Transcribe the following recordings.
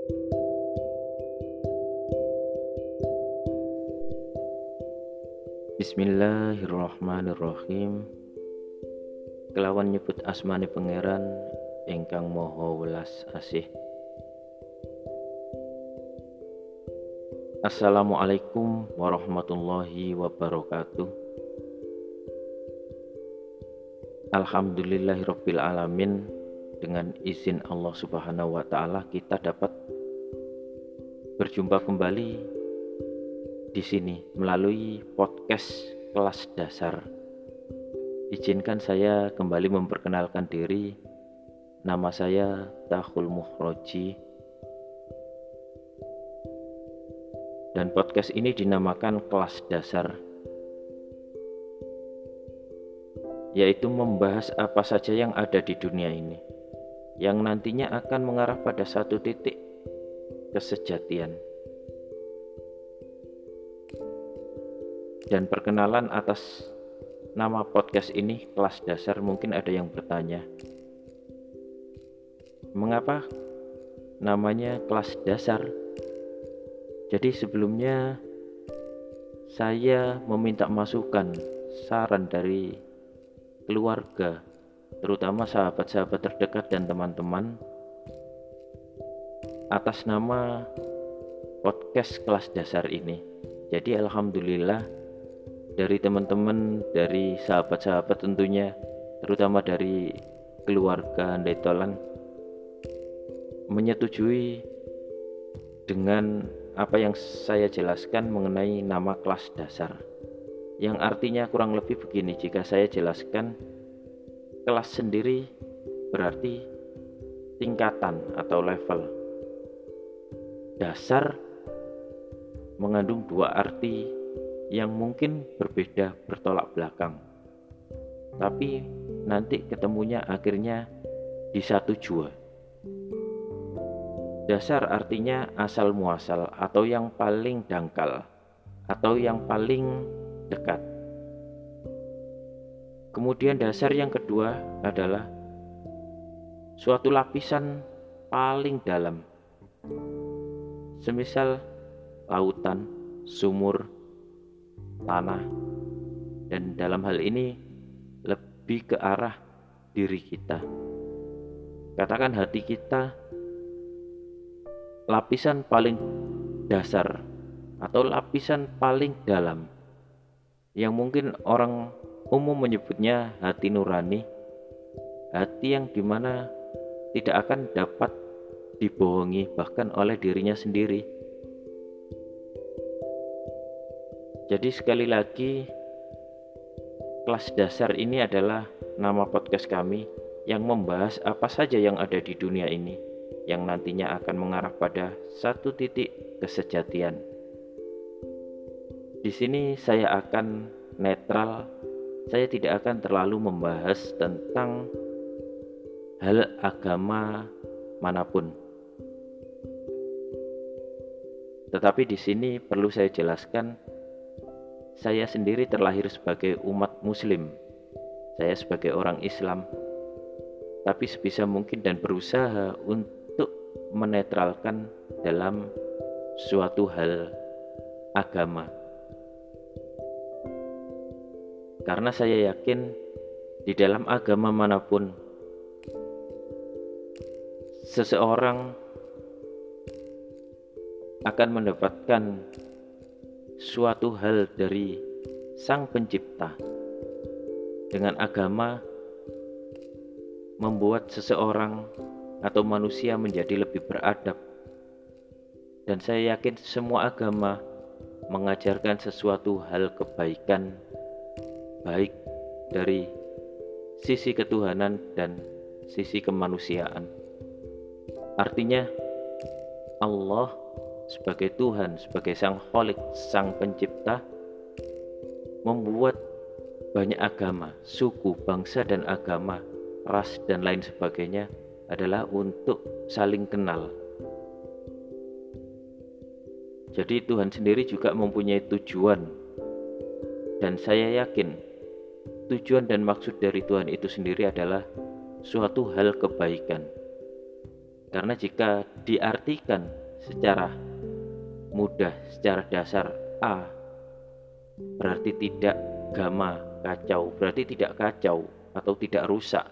Bismillahirrahmanirrahim. Kelawan nyebut asmane Pangeran ingkang Maha Welas Asih. Assalamualaikum warahmatullahi wabarakatuh. Alhamdulillahirabbil alamin. Dengan izin Allah Subhanahu wa taala kita dapat berjumpa kembali di sini melalui podcast kelas dasar. Izinkan saya kembali memperkenalkan diri. Nama saya Tahul Mukhroji. Dan podcast ini dinamakan kelas dasar, yaitu membahas apa saja yang ada di dunia ini, yang nantinya akan mengarah pada satu titik kesejatian. Dan perkenalan atas nama podcast ini, kelas dasar, mungkin ada yang bertanya, mengapa namanya kelas dasar? Jadi sebelumnya saya meminta masukan, saran dari keluarga, terutama sahabat-sahabat terdekat dan teman-teman, atas nama podcast kelas dasar ini. Jadi alhamdulillah dari teman-teman, dari sahabat-sahabat tentunya, terutama dari keluarga Handetolan, menyetujui dengan apa yang saya jelaskan mengenai nama kelas dasar, yang artinya kurang lebih begini. Jika saya jelaskan, kelas sendiri berarti tingkatan atau level. Dasar mengandung dua arti yang mungkin berbeda, bertolak belakang, tapi nanti ketemunya akhirnya di satu jua. Dasar artinya asal muasal, atau yang paling dangkal, atau yang paling dekat. Kemudian dasar yang kedua adalah suatu lapisan paling dalam, semisal lautan, sumur, tanah, dan dalam hal ini lebih ke arah diri kita. Katakan hati kita, lapisan paling dasar atau lapisan paling dalam, yang mungkin orang umum menyebutnya hati nurani, hati yang dimana tidak akan dapat dibohongi bahkan oleh dirinya sendiri. Jadi sekali lagi, kelas dasar ini adalah nama podcast kami yang membahas apa saja yang ada di dunia ini, yang nantinya akan mengarah pada satu titik kesejatian. Di sini saya akan netral, saya tidak akan terlalu membahas tentang hal agama manapun. Tetapi di sini perlu saya jelaskan, saya sendiri terlahir sebagai umat muslim. Saya sebagai orang Islam, tapi sebisa mungkin dan berusaha untuk menetralkan dalam suatu hal agama, karena saya yakin di dalam agama manapun seseorang akan mendapatkan suatu hal dari Sang Pencipta. Dengan agama membuat seseorang atau manusia menjadi lebih beradab, dan saya yakin semua agama mengajarkan sesuatu hal kebaikan, baik dari sisi ketuhanan dan sisi kemanusiaan. Artinya Allah sebagai Tuhan, sebagai Sang Khalik, Sang Pencipta, membuat banyak agama, suku, bangsa dan agama, ras dan lain sebagainya adalah untuk saling kenal. Jadi Tuhan sendiri juga mempunyai tujuan, dan saya yakin tujuan dan maksud dari Tuhan itu sendiri adalah suatu hal kebaikan. Karena jika diartikan secara mudah, secara dasar A, berarti tidak gama kacau, berarti tidak kacau atau tidak rusak.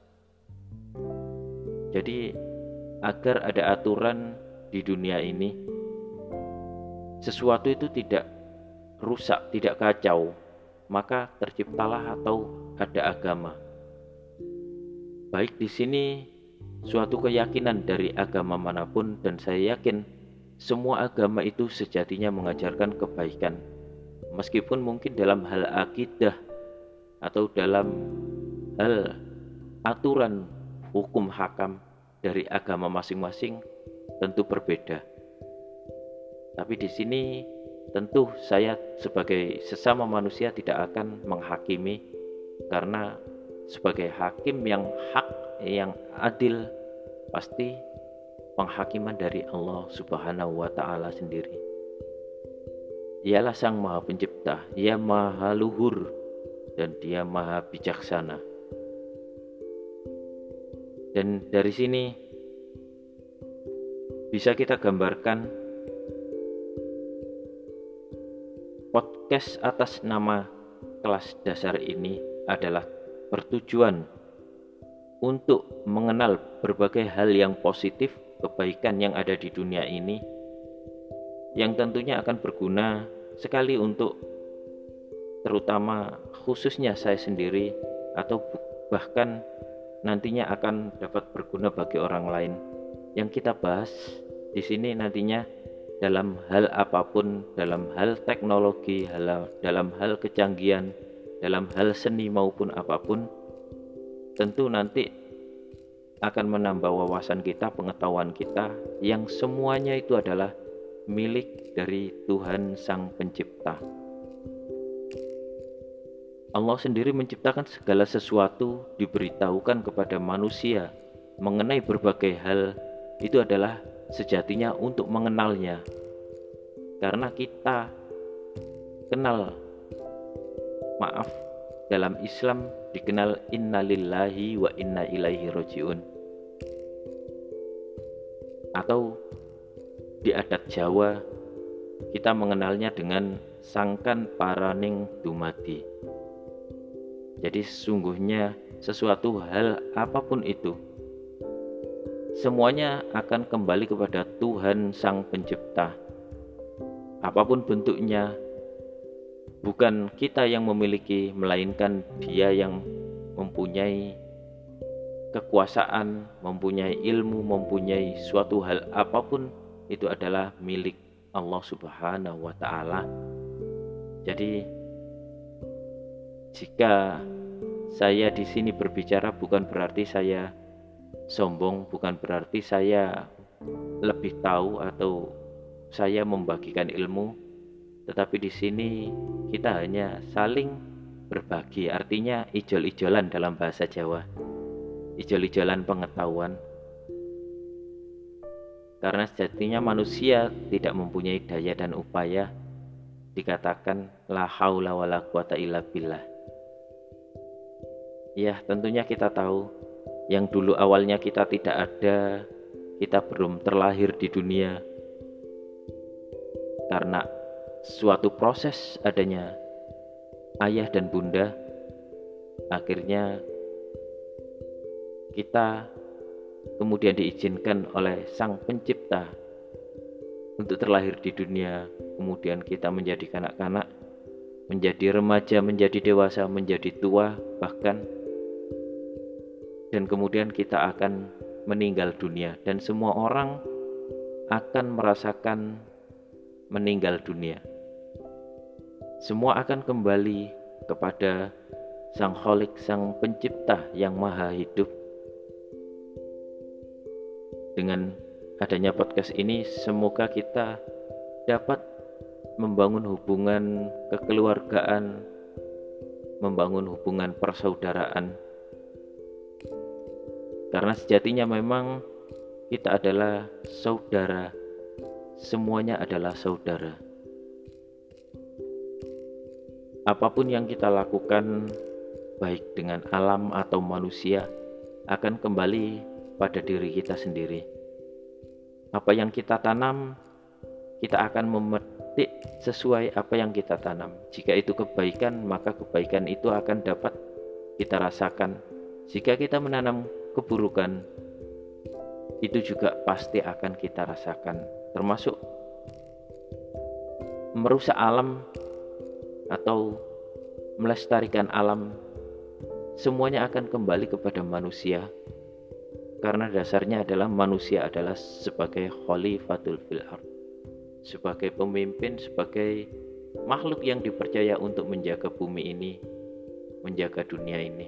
Jadi agar ada aturan di dunia ini, sesuatu itu tidak rusak, tidak kacau, maka terciptalah atau ada agama. Baik di sini suatu keyakinan dari agama manapun, dan saya yakin semua agama itu sejatinya mengajarkan kebaikan. Meskipun mungkin dalam hal akidah atau dalam hal aturan hukum hakam dari agama masing-masing tentu berbeda. Tapi di sini tentu saya sebagai sesama manusia tidak akan menghakimi, karena sebagai hakim yang hak, yang adil, pasti penghakiman dari Allah Subhanahu wa Ta'ala sendiri. Ialah Sang Maha Pencipta, Ia Maha Luhur, dan Dia Maha Bijaksana. Dan dari sini bisa kita gambarkan podcast atas nama kelas dasar ini adalah bertujuan untuk mengenal berbagai hal yang positif, kebaikan yang ada di dunia ini, yang tentunya akan berguna sekali untuk terutama khususnya saya sendiri, atau bahkan nantinya akan dapat berguna bagi orang lain. Yang kita bahas di sini nantinya dalam hal apapun, dalam hal teknologi, dalam hal kecanggihan, dalam hal seni maupun apapun, tentu nanti akan menambah wawasan kita, pengetahuan kita, yang semuanya itu adalah milik dari Tuhan Sang Pencipta. Allah sendiri menciptakan segala sesuatu, diberitahukan kepada manusia mengenai berbagai hal, itu adalah sejatinya untuk mengenalnya. Karena kita kenal, dalam Islam dikenal innalillahi wa inna ilaihi rojiun, atau di adat Jawa kita mengenalnya dengan sangkan paraning dumadi. Jadi sesungguhnya sesuatu hal apapun itu, semuanya akan kembali kepada Tuhan Sang Pencipta. Apapun bentuknya, bukan kita yang memiliki, melainkan Dia yang mempunyai kekuasaan, mempunyai ilmu, mempunyai suatu hal apapun, itu adalah milik Allah Subhanahu wa Ta'ala. Jadi jika saya di sini berbicara bukan berarti saya sombong, bukan berarti saya lebih tahu atau saya membagikan ilmu, tetapi di sini kita hanya saling berbagi. Artinya ijol-ijolan dalam bahasa Jawa, ijol-ijolan pengetahuan. Karena sejatinya manusia tidak mempunyai daya dan upaya, dikatakan la haula wala quwata illa billah. Ya, tentunya kita tahu yang dulu awalnya kita tidak ada, kita belum terlahir di dunia, karena suatu proses adanya ayah dan bunda, akhirnya kita kemudian diizinkan oleh Sang Pencipta untuk terlahir di dunia. Kemudian kita menjadi kanak-kanak, menjadi remaja, menjadi dewasa, menjadi tua bahkan, dan kemudian kita akan meninggal dunia, dan semua orang akan merasakan meninggal dunia. Semua akan kembali kepada Sang Kholik, Sang Pencipta yang Maha Hidup. Dengan adanya podcast ini, semoga kita dapat membangun hubungan kekeluargaan, membangun hubungan persaudaraan. Karena sejatinya memang kita adalah saudara, semuanya adalah saudara. Apapun yang kita lakukan, baik dengan alam atau manusia, akan kembali pada diri kita sendiri. Apa yang kita tanam, kita akan memetik sesuai apa yang kita tanam. Jika itu kebaikan, maka kebaikan itu akan dapat kita rasakan. Jika kita menanam keburukan, itu juga pasti akan kita rasakan, termasuk merusak alam atau melestarikan alam. Semuanya akan kembali kepada manusia, karena dasarnya adalah manusia adalah sebagai khalifatul fil ard, sebagai pemimpin, sebagai makhluk yang dipercaya untuk menjaga bumi ini, menjaga dunia ini.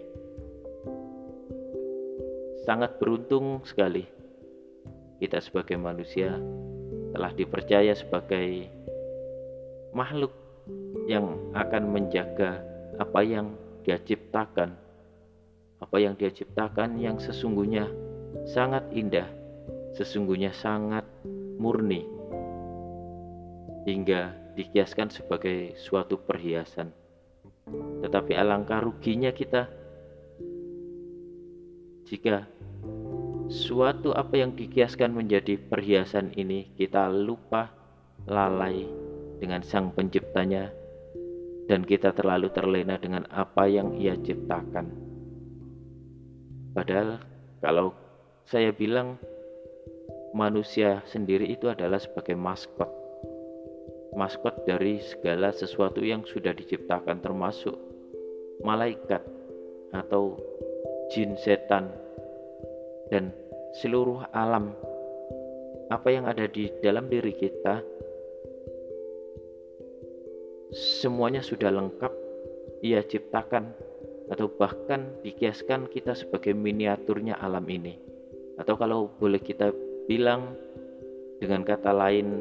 Sangat beruntung sekali kita sebagai manusia telah dipercaya sebagai makhluk yang akan menjaga apa yang Dia ciptakan, apa yang Dia ciptakan yang sesungguhnya sangat indah, sesungguhnya sangat murni, hingga dikiaskan sebagai suatu perhiasan. Tetapi alangkah ruginya kita jika suatu apa yang dikiaskan menjadi perhiasan ini kita lupa, lalai dengan Sang Penciptanya, dan kita terlalu terlena dengan apa yang Ia ciptakan. Padahal kalau saya bilang, manusia sendiri itu adalah sebagai maskot dari segala sesuatu yang sudah diciptakan, termasuk malaikat atau jin, setan, dan seluruh alam. Apa yang ada di dalam diri kita, semuanya sudah lengkap Ia ciptakan, atau bahkan dikiaskan kita sebagai miniaturnya alam ini. Atau kalau boleh kita bilang dengan kata lain,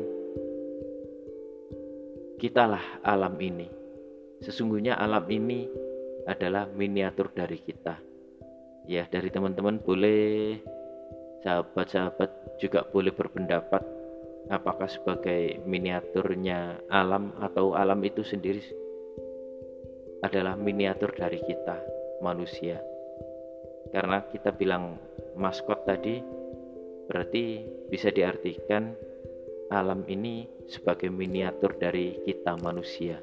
kitalah alam ini. Sesungguhnya alam ini adalah miniatur dari kita. Ya, dari teman-teman boleh, sahabat-sahabat juga boleh berpendapat apakah sebagai miniaturnya alam atau alam itu sendiri adalah miniatur dari kita manusia. Karena kita bilang maskot tadi, berarti bisa diartikan alam ini sebagai miniatur dari kita manusia.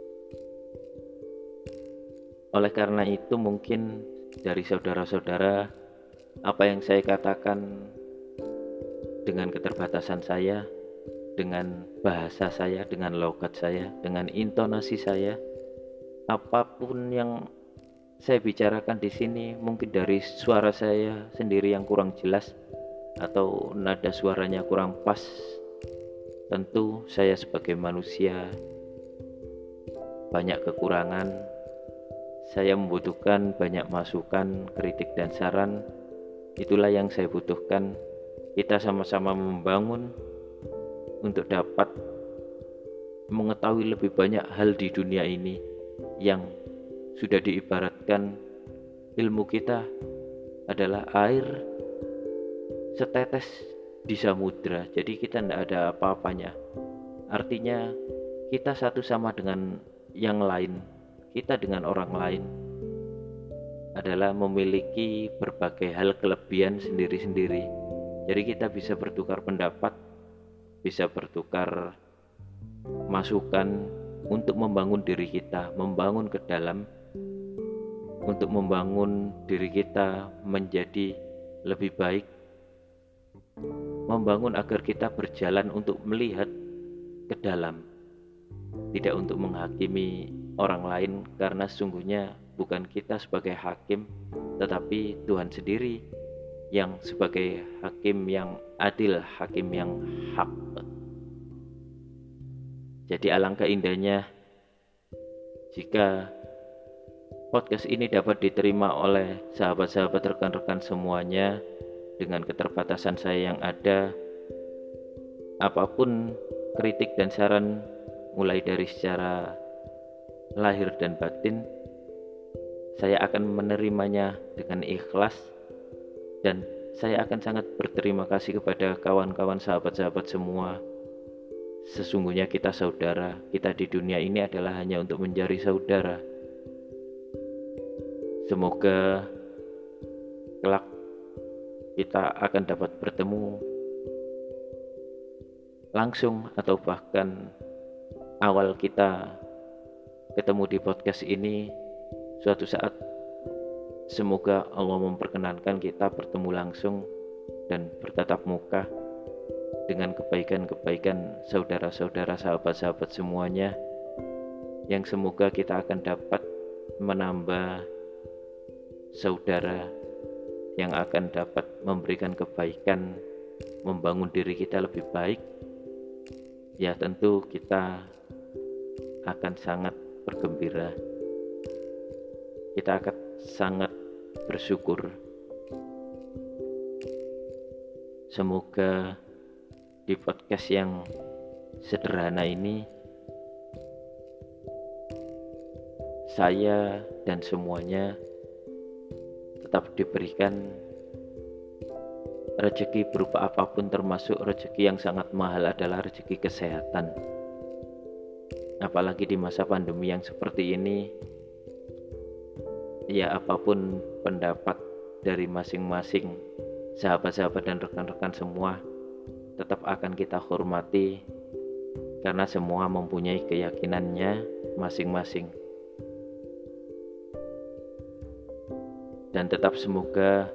Oleh karena itu mungkin dari saudara-saudara, apa yang saya katakan dengan keterbatasan saya, dengan bahasa saya, dengan logat saya, dengan intonasi saya, apapun yang saya bicarakan di sini, mungkin dari suara saya sendiri yang kurang jelas atau nada suaranya kurang pas, tentu saya sebagai manusia banyak kekurangan. Saya membutuhkan banyak masukan, kritik, dan saran. Itulah yang saya butuhkan. Kita sama-sama membangun untuk dapat mengetahui lebih banyak hal di dunia ini yang sudah diibaratkan ilmu kita adalah air setetes di samudra. Jadi kita tidak ada apa-apanya. Artinya kita satu sama dengan yang lain, kita dengan orang lain adalah memiliki berbagai hal kelebihan sendiri-sendiri. Jadi kita bisa bertukar pendapat, bisa bertukar masukan untuk membangun diri kita, membangun ke dalam, untuk membangun diri kita menjadi lebih baik, membangun agar kita berjalan untuk melihat ke dalam, tidak untuk menghakimi orang lain, karena sesungguhnya bukan kita sebagai hakim, tetapi Tuhan sendiri yang sebagai hakim yang adil, hakim yang hak. Jadi alangkah indahnya jika podcast ini dapat diterima oleh sahabat-sahabat, rekan-rekan semuanya dengan keterbatasan saya yang ada. Apapun kritik dan saran, mulai dari secara lahir dan batin, saya akan menerimanya dengan ikhlas, dan saya akan sangat berterima kasih kepada kawan-kawan, sahabat-sahabat semua. Sesungguhnya kita saudara, kita di dunia ini adalah hanya untuk mencari saudara. Semoga kelak kita akan dapat bertemu langsung atau bahkan awal kita ketemu di podcast ini, suatu saat semoga Allah memperkenankan kita bertemu langsung dan bertatap muka dengan kebaikan-kebaikan saudara-saudara, sahabat-sahabat semuanya, yang semoga kita akan dapat menambah saudara yang akan dapat memberikan kebaikan, membangun diri kita lebih baik. Ya tentu kita akan sangat bergembira, kita akan sangat bersyukur. Semoga di podcast yang sederhana ini saya dan semuanya tetap diberikan rezeki berupa apapun, termasuk rezeki yang sangat mahal adalah rezeki kesehatan. Apalagi di masa pandemi yang seperti ini, ya apapun pendapat dari masing-masing sahabat-sahabat dan rekan-rekan semua tetap akan kita hormati, karena semua mempunyai keyakinannya masing-masing. Dan tetap semoga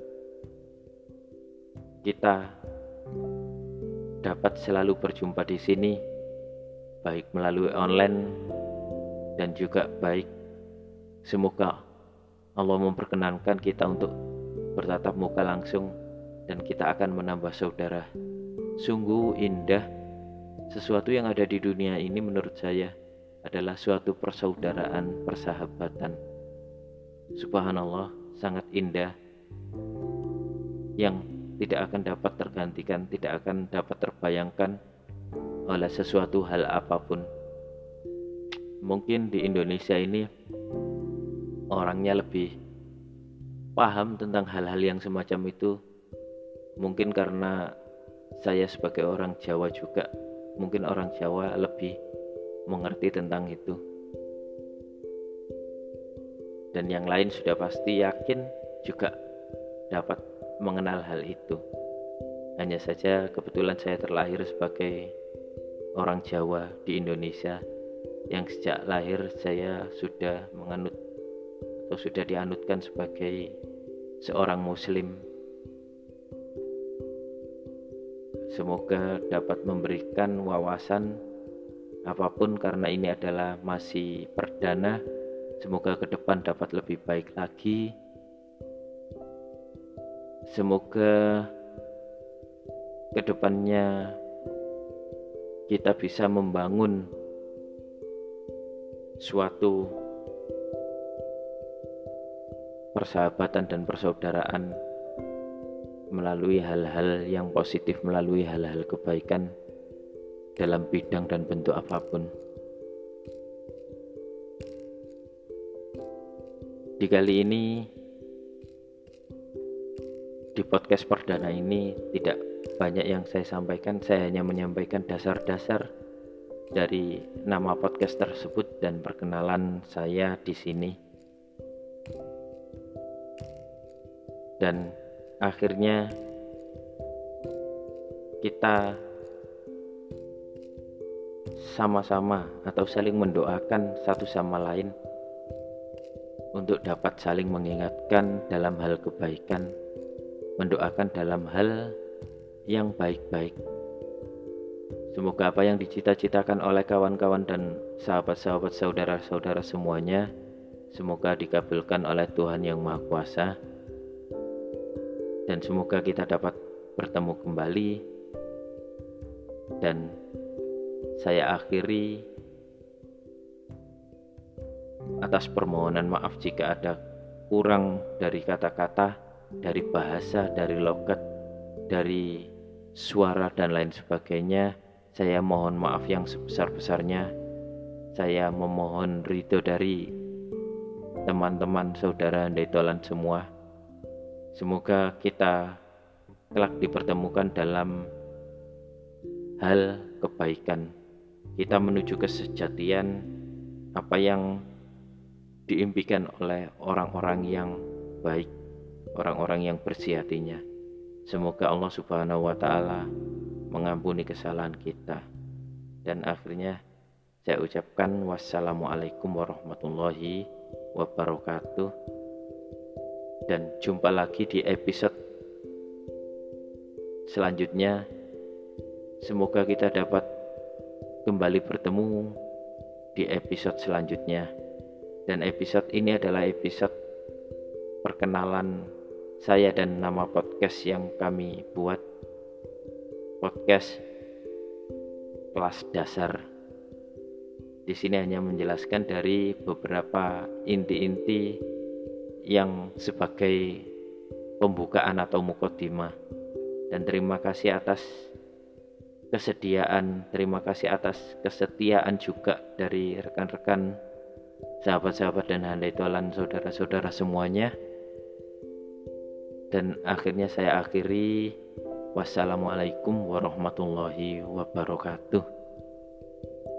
kita dapat selalu berjumpa di sini, baik melalui online dan juga baik. Semoga Allah memperkenankan kita untuk bertatap muka langsung dan kita akan menambah saudara. Sungguh indah sesuatu yang ada di dunia ini menurut saya adalah suatu persaudaraan, persahabatan. Subhanallah, sangat indah, yang tidak akan dapat tergantikan, tidak akan dapat terbayangkan oleh sesuatu hal apapun. Mungkin di Indonesia ini orangnya lebih paham tentang hal-hal yang semacam itu. Mungkin karena saya sebagai orang Jawa juga, mungkin orang Jawa lebih mengerti tentang itu. Dan yang lain sudah pasti yakin juga dapat mengenal hal itu. Hanya saja kebetulan saya terlahir sebagai orang Jawa di Indonesia, yang sejak lahir saya sudah menganut atau sudah dianutkan sebagai seorang muslim. Semoga dapat memberikan wawasan apapun, karena ini adalah masih perdana. Semoga ke depan dapat lebih baik lagi. Semoga ke depannya kita bisa membangun suatu persahabatan dan persaudaraan melalui hal-hal yang positif, melalui hal-hal kebaikan dalam bidang dan bentuk apapun. Di kali ini, di podcast perdana ini tidak banyak yang saya sampaikan. Saya hanya menyampaikan dasar-dasar dari nama podcast tersebut dan perkenalan saya di sini. Dan akhirnya kita sama-sama atau saling mendoakan satu sama lain untuk dapat saling mengingatkan dalam hal kebaikan, mendoakan dalam hal yang baik-baik. Semoga apa yang dicita-citakan oleh kawan-kawan dan sahabat-sahabat, saudara-saudara semuanya, semoga dikabulkan oleh Tuhan Yang Maha Kuasa. Dan semoga kita dapat bertemu kembali. Dan saya akhiri atas permohonan maaf jika ada kurang dari kata-kata, dari bahasa, dari logat, dari suara dan lain sebagainya. Saya mohon maaf yang sebesar-besarnya. Saya memohon ridho dari teman-teman, saudara, handai-tolan semua. Semoga kita kelak dipertemukan dalam hal kebaikan. Kita menuju kesejatian, apa yang diimpikan oleh orang-orang yang baik, orang-orang yang bersih hatinya. Semoga Allah Subhanahu wa Ta'ala mengampuni kesalahan kita. Dan akhirnya saya ucapkan wassalamualaikum warahmatullahi wabarakatuh, dan jumpa lagi di episode selanjutnya. Semoga kita dapat kembali bertemu di episode selanjutnya. Dan episode ini adalah episode perkenalan saya dan nama podcast yang kami buat, podcast kelas dasar. Di sini hanya menjelaskan dari beberapa inti-inti yang sebagai pembukaan atau mukadimah. Dan terima kasih atas kesediaan, terima kasih atas kesetiaan juga dari rekan-rekan, sahabat-sahabat dan handai tolan saudara-saudara semuanya. Dan akhirnya saya akhiri, wassalamualaikum warahmatullahi wabarakatuh.